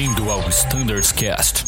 Bem-vindo ao Standards Cast.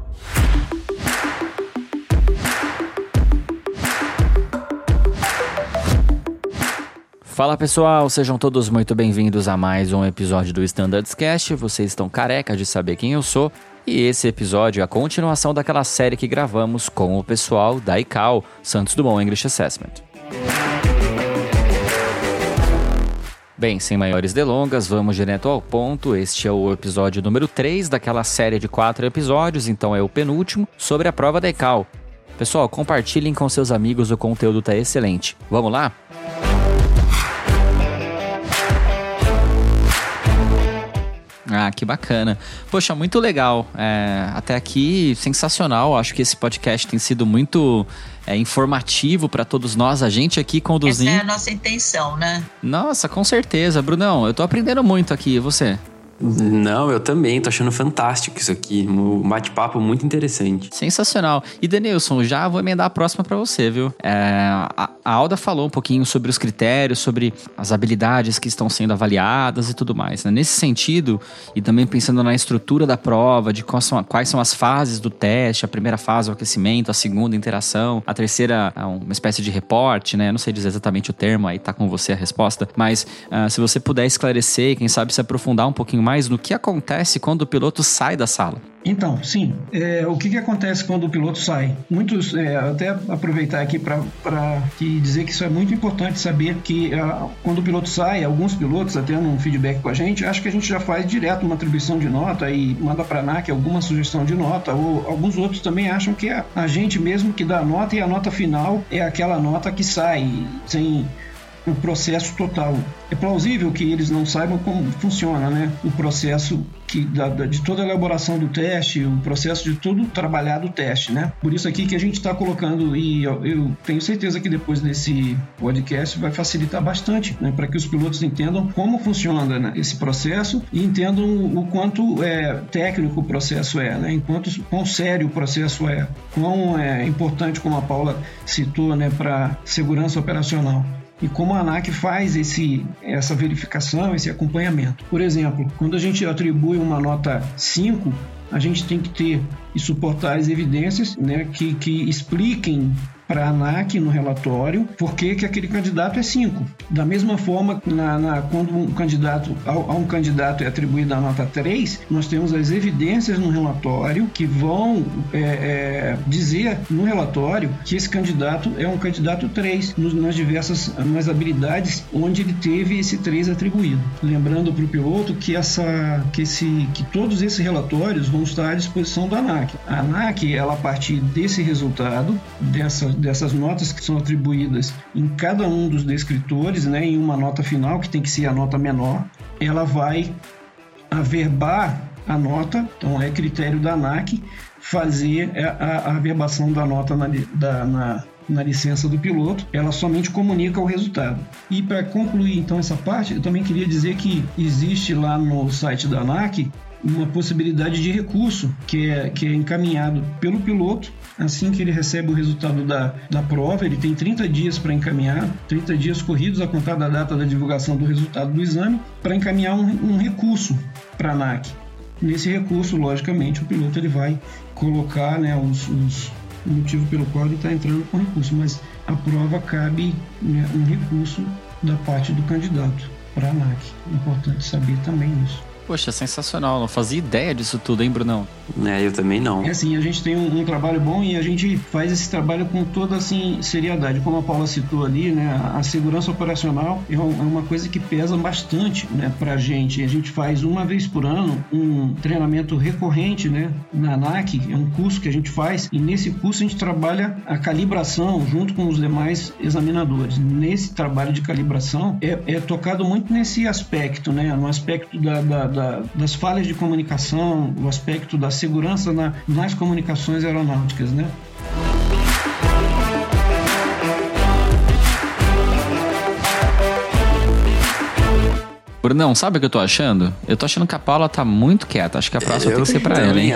Fala pessoal, sejam todos muito bem-vindos a mais um episódio do Standards Cast. Vocês estão carecas de saber quem eu sou. E esse episódio é a continuação daquela série que gravamos com o pessoal da ICAO, Santos Dumont English Assessment. Bem, sem maiores delongas, vamos direto ao ponto. Este é o episódio número 3 daquela série de 4 episódios, então é o penúltimo, sobre a prova da ICAO. Pessoal, compartilhem com seus amigos, o conteúdo tá excelente. Vamos lá? Ah, que bacana. Poxa, muito legal. Até aqui, sensacional. Acho que esse podcast tem sido muito informativo para todos nós. A gente aqui conduzindo... Essa é a nossa intenção, né? Nossa, com certeza. Brunão, eu tô aprendendo muito aqui. E você? Não, eu também, tô achando fantástico isso aqui, um bate-papo muito interessante. Sensacional. E Denilson, já vou emendar a próxima pra você, viu? A Alda falou um pouquinho sobre os critérios, sobre as habilidades que estão sendo avaliadas e tudo mais, né? Nesse sentido, e também pensando na estrutura da prova, de quais são as fases do teste, a primeira fase, o aquecimento, a segunda, a interação, a terceira, uma espécie de reporte, né? Eu não sei dizer exatamente o termo, aí tá com você a resposta, mas se você puder esclarecer, quem sabe se aprofundar um pouquinho mais no que acontece quando o piloto sai da sala. Então, sim. O que acontece quando o piloto sai? Muitos, até aproveitar aqui para dizer que isso é muito importante saber que quando o piloto sai, alguns pilotos, até num feedback com a gente, acho que a gente já faz direto uma atribuição de nota e manda para a ANAC alguma sugestão de nota, ou alguns outros também acham que é a gente mesmo que dá a nota e a nota final é aquela nota que sai sem o processo total. É plausível que eles não saibam como funciona, né? O processo de toda a elaboração do teste, o processo de tudo trabalhar do teste, né? Por isso aqui que a gente está colocando, e eu tenho certeza que depois desse podcast vai facilitar bastante, né? Para que os pilotos entendam como funciona, né, esse processo e entendam o quanto técnico o processo é, né? Quão sério o processo é, quão importante, como a Paula citou, né, para segurança operacional. E como a ANAC faz essa verificação, esse acompanhamento. Por exemplo, quando a gente atribui uma nota 5, a gente tem que ter e suportar as evidências, né, que expliquem para a ANAC no relatório por que aquele candidato é 5. Da mesma forma, quando a um candidato é atribuída a nota 3, nós temos as evidências no relatório que vão dizer no relatório que esse candidato é um candidato 3 nas habilidades onde ele teve esse 3 atribuído. Lembrando para o piloto que todos esses relatórios vão estar à disposição da ANAC. A ANAC, ela, a partir desse resultado, dessas notas que são atribuídas em cada um dos descritores, né, em uma nota final, que tem que ser a nota menor, ela vai averbar a nota, então é critério da ANAC fazer a averbação da nota na licença do piloto, ela somente comunica o resultado. E para concluir então essa parte, eu também queria dizer que existe lá no site da ANAC uma possibilidade de recurso que é encaminhado pelo piloto. Assim que ele recebe o resultado da prova, ele tem 30 dias para encaminhar, 30 dias corridos a contar da data da divulgação do resultado do exame, para encaminhar um recurso para a ANAC. Nesse recurso, logicamente, o piloto ele vai colocar, né, o motivo pelo qual ele está entrando com recurso, mas a prova cabe, né, um recurso da parte do candidato para a ANAC. É importante saber também isso. Poxa, sensacional. Não fazia ideia disso tudo, hein, Brunão? Eu também não. Assim, a gente tem um trabalho bom e a gente faz esse trabalho com toda, assim, seriedade. Como a Paula citou ali, né, a segurança operacional é uma coisa que pesa bastante, né, pra gente. A gente faz uma vez por ano um treinamento recorrente, né, na ANAC, é um curso que a gente faz, e nesse curso a gente trabalha a calibração junto com os demais examinadores. Nesse trabalho de calibração é tocado muito nesse aspecto, né, no aspecto das falhas de comunicação, o aspecto da segurança nas comunicações aeronáuticas, né? Brunão, sabe o que eu tô achando? Eu tô achando que a Paula tá muito quieta. Acho que a próxima tem que ser pra ela, hein?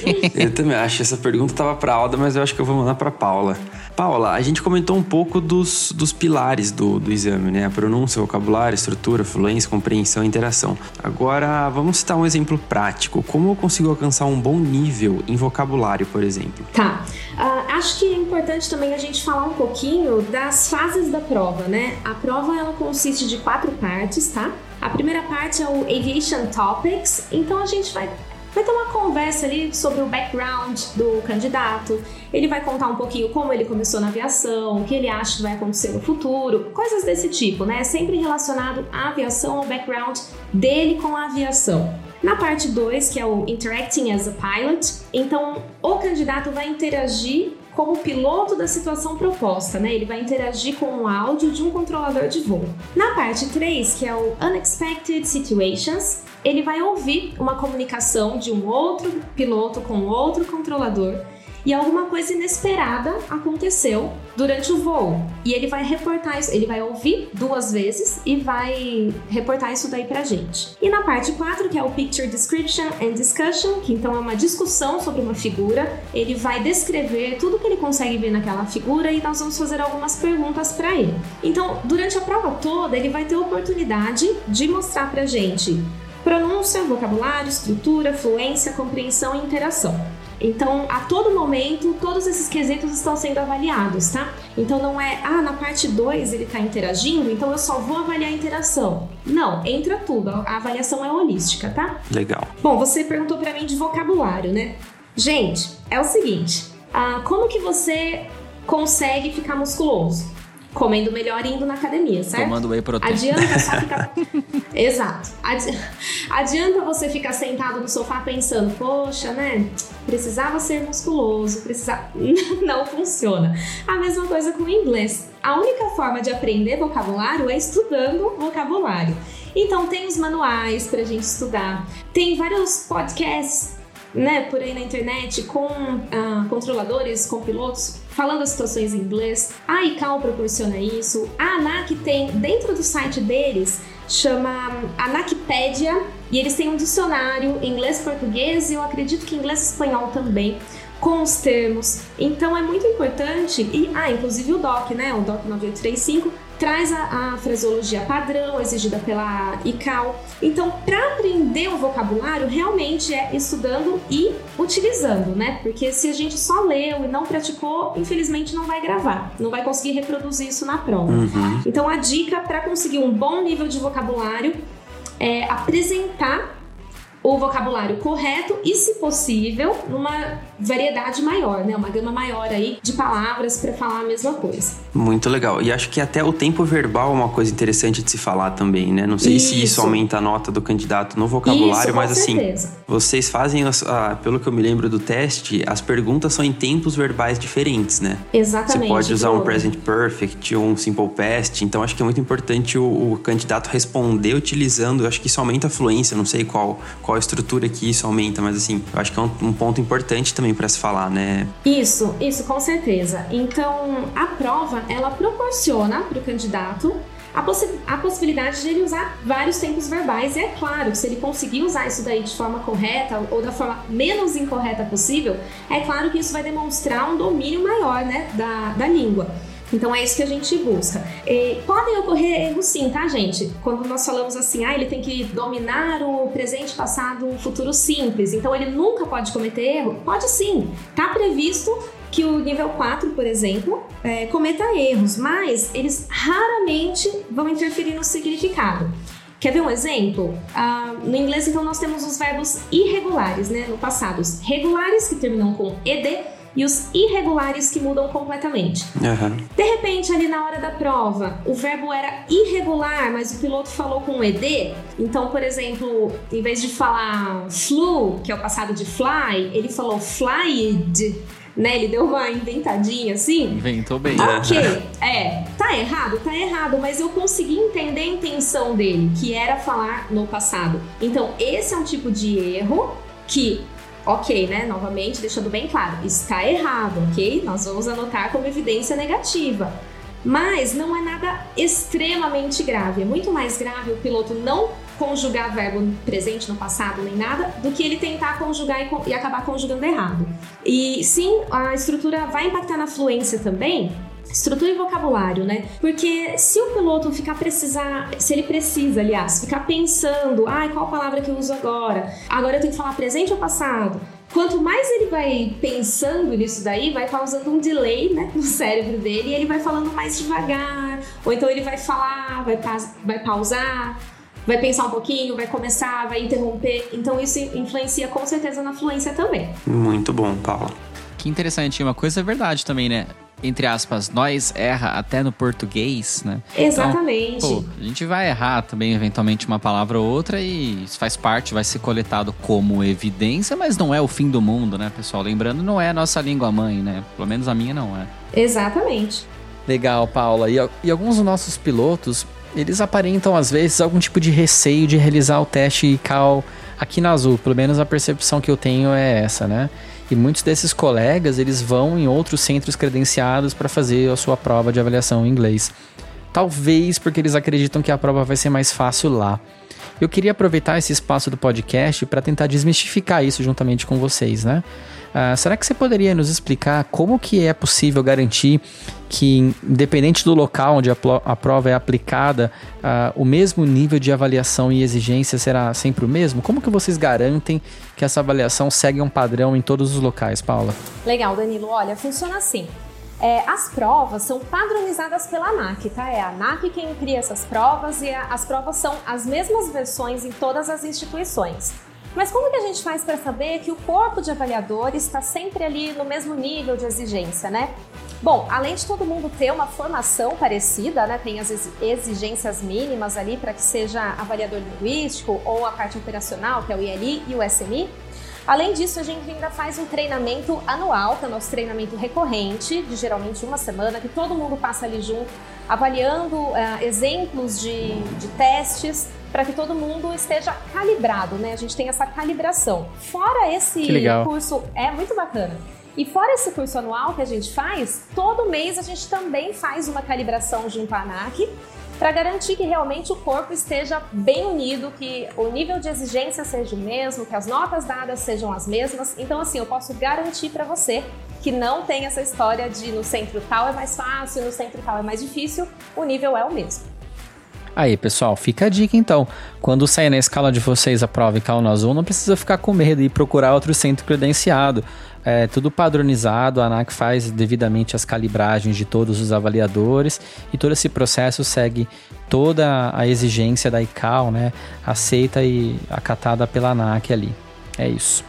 Eu também acho. Essa pergunta tava pra Alda, mas eu acho que eu vou mandar pra Paula. Paula, a gente comentou um pouco dos pilares do exame, né? A pronúncia, vocabulário, estrutura, fluência, compreensão e interação. Agora, vamos citar um exemplo prático. Como eu consigo alcançar um bom nível em vocabulário, por exemplo? Tá. Acho que é importante também a gente falar um pouquinho das fases da prova, né? A prova, ela consiste de 4 partes, tá? A primeira parte é o Aviation Topics. Então, a gente vai ter uma conversa ali sobre o background do candidato. Ele vai contar um pouquinho como ele começou na aviação, o que ele acha que vai acontecer no futuro, coisas desse tipo, né? Sempre relacionado à aviação, ao background dele com a aviação. Na parte 2, que é o Interacting as a Pilot, então o candidato vai interagir como piloto da situação proposta, né? Ele vai interagir com o áudio de um controlador de voo. Na parte 3, que é o Unexpected Situations, ele vai ouvir uma comunicação de um outro piloto com outro controlador e alguma coisa inesperada aconteceu durante o voo. E ele vai reportar isso, ele vai ouvir 2 vezes e vai reportar isso daí pra gente. E na parte 4, que é o Picture Description and Discussion, que então é uma discussão sobre uma figura, ele vai descrever tudo que ele consegue ver naquela figura e nós vamos fazer algumas perguntas pra ele. Então, durante a prova toda, ele vai ter a oportunidade de mostrar pra gente pronúncia, vocabulário, estrutura, fluência, compreensão e interação. Então, a todo momento, todos esses quesitos estão sendo avaliados, tá? Então, não é, na parte 2 ele está interagindo, então eu só vou avaliar a interação. Não, entra tudo. A avaliação é holística, tá? Legal. Bom, você perguntou para mim de vocabulário, né? Gente, é o seguinte, como que você consegue ficar musculoso? Comendo melhor e indo na academia, certo? Tomando whey protein. Adianta só ficar... Exato. Adianta você ficar sentado no sofá pensando, poxa, né? Precisava ser musculoso, Não funciona. A mesma coisa com o inglês. A única forma de aprender vocabulário é estudando vocabulário. Então, tem os manuais pra gente estudar. Tem vários podcasts, né, por aí na internet com controladores, com pilotos falando as situações em inglês. A ICAO proporciona isso. A ANAC tem, dentro do site deles, chama Anacpedia, e eles têm um dicionário em inglês-português e eu acredito que em inglês-espanhol também, com os termos. Então é muito importante, e inclusive o DOC, né, o DOC 9835, traz a fraseologia padrão exigida pela ICAO. Então, para aprender o vocabulário, realmente é estudando e utilizando, né? Porque se a gente só leu e não praticou, infelizmente não vai gravar, não vai conseguir reproduzir isso na prova. Então, a dica para conseguir um bom nível de vocabulário é apresentar o vocabulário correto e, se possível, numa variedade maior, né? Uma gama maior aí de palavras para falar a mesma coisa. Muito legal. E acho que até o tempo verbal é uma coisa interessante de se falar também, né? Não sei se isso aumenta a nota do candidato no vocabulário, mas certeza. Assim, vocês fazem, pelo que eu me lembro do teste, as perguntas são em tempos verbais diferentes, né? Exatamente. Você pode usar um present perfect ou um simple past, então acho que é muito importante o candidato responder utilizando, acho que isso aumenta a fluência, não sei qual a estrutura que isso aumenta, mas assim, eu acho que é um ponto importante também para se falar, né? Isso, com certeza. Então, a prova, ela proporciona para o candidato a possibilidade de ele usar vários tempos verbais, e é claro que se ele conseguir usar isso daí de forma correta ou da forma menos incorreta possível, é claro que isso vai demonstrar um domínio maior, né, da língua. Então é isso que a gente busca. Podem ocorrer erros sim, tá, gente? Quando nós falamos assim, ele tem que dominar o presente, passado, futuro simples, então ele nunca pode cometer erro? Pode sim. Tá previsto que o nível 4, por exemplo, cometa erros, mas eles raramente vão interferir no significado. Quer ver um exemplo? No inglês, então, nós temos os verbos irregulares, né? No passado, os regulares, que terminam com ed, e os irregulares que mudam completamente. De repente, ali na hora da prova, o verbo era irregular, mas o piloto falou com ed. Então, por exemplo, em vez de falar flew, que é o passado de fly, ele falou flyed, né? Ele deu uma inventadinha assim. Inventou bem. Ok, tá errado, mas eu consegui entender a intenção dele, que era falar no passado. Então, esse é um tipo de erro que... Ok, né? Novamente, deixando bem claro, está errado, ok? Nós vamos anotar como evidência negativa. Mas não é nada extremamente grave. É muito mais grave o piloto não conjugar verbo presente no passado nem nada, do que ele tentar conjugar e acabar conjugando errado. E sim, a estrutura vai impactar na fluência também, estrutura e vocabulário, né? Porque se o piloto ficar ficar pensando, qual palavra que eu uso agora? Agora eu tenho que falar presente ou passado? Quanto mais ele vai pensando nisso daí, vai causando um delay, né, no cérebro dele, e ele vai falando mais devagar, ou então ele vai falar, vai pausar, vai pensar um pouquinho, vai começar, vai interromper. Então isso influencia com certeza na fluência também. Muito bom, Paula. Que interessante, uma coisa é verdade também, né? Entre aspas, nós erra até no português, né? Exatamente. Então, a gente vai errar também, eventualmente, uma palavra ou outra e isso faz parte, vai ser coletado como evidência, mas não é o fim do mundo, né, pessoal? Lembrando, não é a nossa língua mãe, né? Pelo menos a minha não é. Exatamente. Legal, Paula. E alguns dos nossos pilotos, eles aparentam, às vezes, algum tipo de receio de realizar o teste ICAO aqui na Azul. Pelo menos a percepção que eu tenho é essa, né? E muitos desses colegas, eles vão em outros centros credenciados para fazer a sua prova de avaliação em inglês. Talvez porque eles acreditam que a prova vai ser mais fácil lá. Eu queria aproveitar esse espaço do podcast para tentar desmistificar isso juntamente com vocês, né? Será que você poderia nos explicar como que é possível garantir que, independente do local onde a prova é aplicada, o mesmo nível de avaliação e exigência será sempre o mesmo? Como que vocês garantem que essa avaliação segue um padrão em todos os locais, Paula? Legal, Danilo. Olha, funciona assim. As provas são padronizadas pela ANAC, tá? É a ANAC quem cria essas provas e as provas são as mesmas versões em todas as instituições. Mas como que a gente faz para saber que o corpo de avaliadores está sempre ali no mesmo nível de exigência, né? Bom, além de todo mundo ter uma formação parecida, né? Tem as exigências mínimas ali para que seja avaliador linguístico ou a parte operacional, que é o ILI e o SMI. Além disso, a gente ainda faz um treinamento anual, que é o nosso treinamento recorrente, de geralmente uma semana, que todo mundo passa ali junto, avaliando exemplos de testes, para que todo mundo esteja calibrado, né? A gente tem essa calibração. Fora esse curso, é muito bacana. E fora esse curso anual que a gente faz, todo mês a gente também faz uma calibração junto à ANAC, para garantir que realmente o corpo esteja bem unido, que o nível de exigência seja o mesmo, que as notas dadas sejam as mesmas. Então, assim, eu posso garantir para você que não tem essa história de no centro tal é mais fácil, no centro tal é mais difícil, o nível é o mesmo. Aí, pessoal, fica a dica então. Quando sair na escala de vocês a prova ICAO no Azul, não precisa ficar com medo e procurar outro centro credenciado. É tudo padronizado, a ANAC faz devidamente as calibragens de todos os avaliadores e todo esse processo segue toda a exigência da ICAO, né? Aceita e acatada pela ANAC ali. É isso.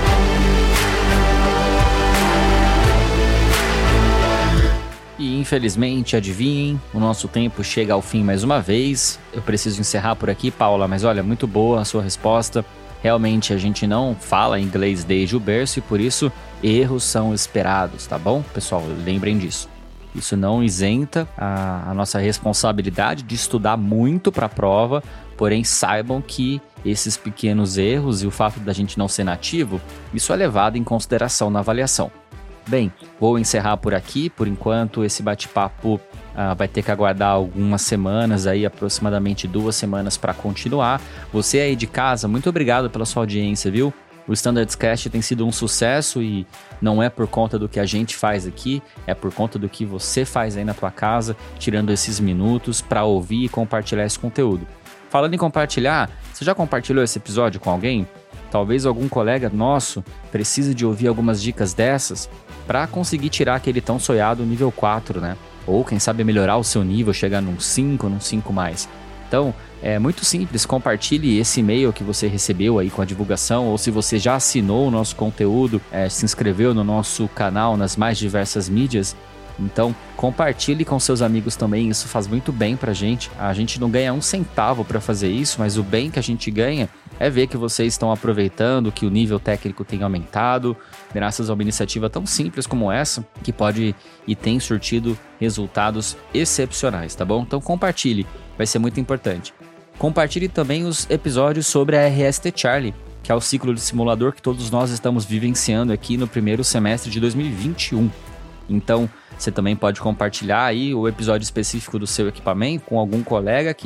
E infelizmente, adivinhem, o nosso tempo chega ao fim mais uma vez. Eu preciso encerrar por aqui, Paula, mas olha, muito boa a sua resposta. Realmente a gente não fala inglês desde o berço e por isso erros são esperados, tá bom? Pessoal, lembrem disso. Isso não isenta a nossa responsabilidade de estudar muito para a prova, porém saibam que esses pequenos erros e o fato da gente não ser nativo, isso é levado em consideração na avaliação. Bem, vou encerrar por aqui. Por enquanto, esse bate-papo vai ter que aguardar algumas semanas, aí aproximadamente 2 semanas para continuar. Você aí de casa, muito obrigado pela sua audiência, viu? O Standards Cast tem sido um sucesso e não é por conta do que a gente faz aqui, é por conta do que você faz aí na tua casa, tirando esses minutos para ouvir e compartilhar esse conteúdo. Falando em compartilhar, você já compartilhou esse episódio com alguém? Talvez algum colega nosso precise de ouvir algumas dicas dessas para conseguir tirar aquele tão sonhado nível 4, né? Ou quem sabe melhorar o seu nível, chegar num 5, num 5+. Então, é muito simples, compartilhe esse e-mail que você recebeu aí com a divulgação, ou se você já assinou o nosso conteúdo, se inscreveu no nosso canal nas mais diversas mídias, então compartilhe com seus amigos também, isso faz muito bem pra gente. A gente não ganha um centavo para fazer isso, mas o bem que a gente ganha é ver que vocês estão aproveitando, que o nível técnico tem aumentado, graças a uma iniciativa tão simples como essa, que pode e tem surtido resultados excepcionais, tá bom? Então compartilhe, vai ser muito importante. Compartilhe também os episódios sobre a RST Charlie, que é o ciclo de simulador que todos nós estamos vivenciando aqui no primeiro semestre de 2021. Então, você também pode compartilhar aí o episódio específico do seu equipamento com algum colega que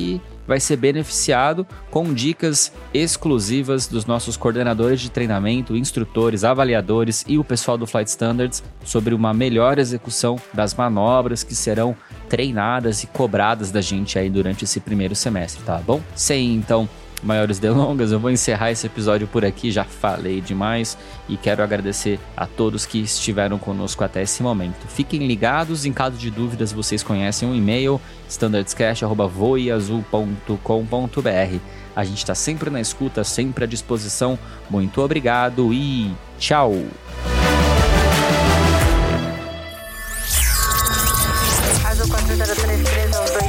vai ser beneficiado com dicas exclusivas dos nossos coordenadores de treinamento, instrutores, avaliadores e o pessoal do Flight Standards sobre uma melhor execução das manobras que serão treinadas e cobradas da gente aí durante esse primeiro semestre, tá bom? Sem, então, maiores delongas, eu vou encerrar esse episódio por aqui, já falei demais e quero agradecer a todos que estiveram conosco até esse momento. Fiquem ligados, em caso de dúvidas vocês conhecem o e-mail standardscast@voeazul.com.br. A gente está sempre na escuta, sempre à disposição. Muito obrigado e tchau!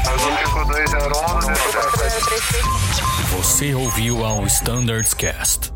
Você ouviu ao Standards Cast.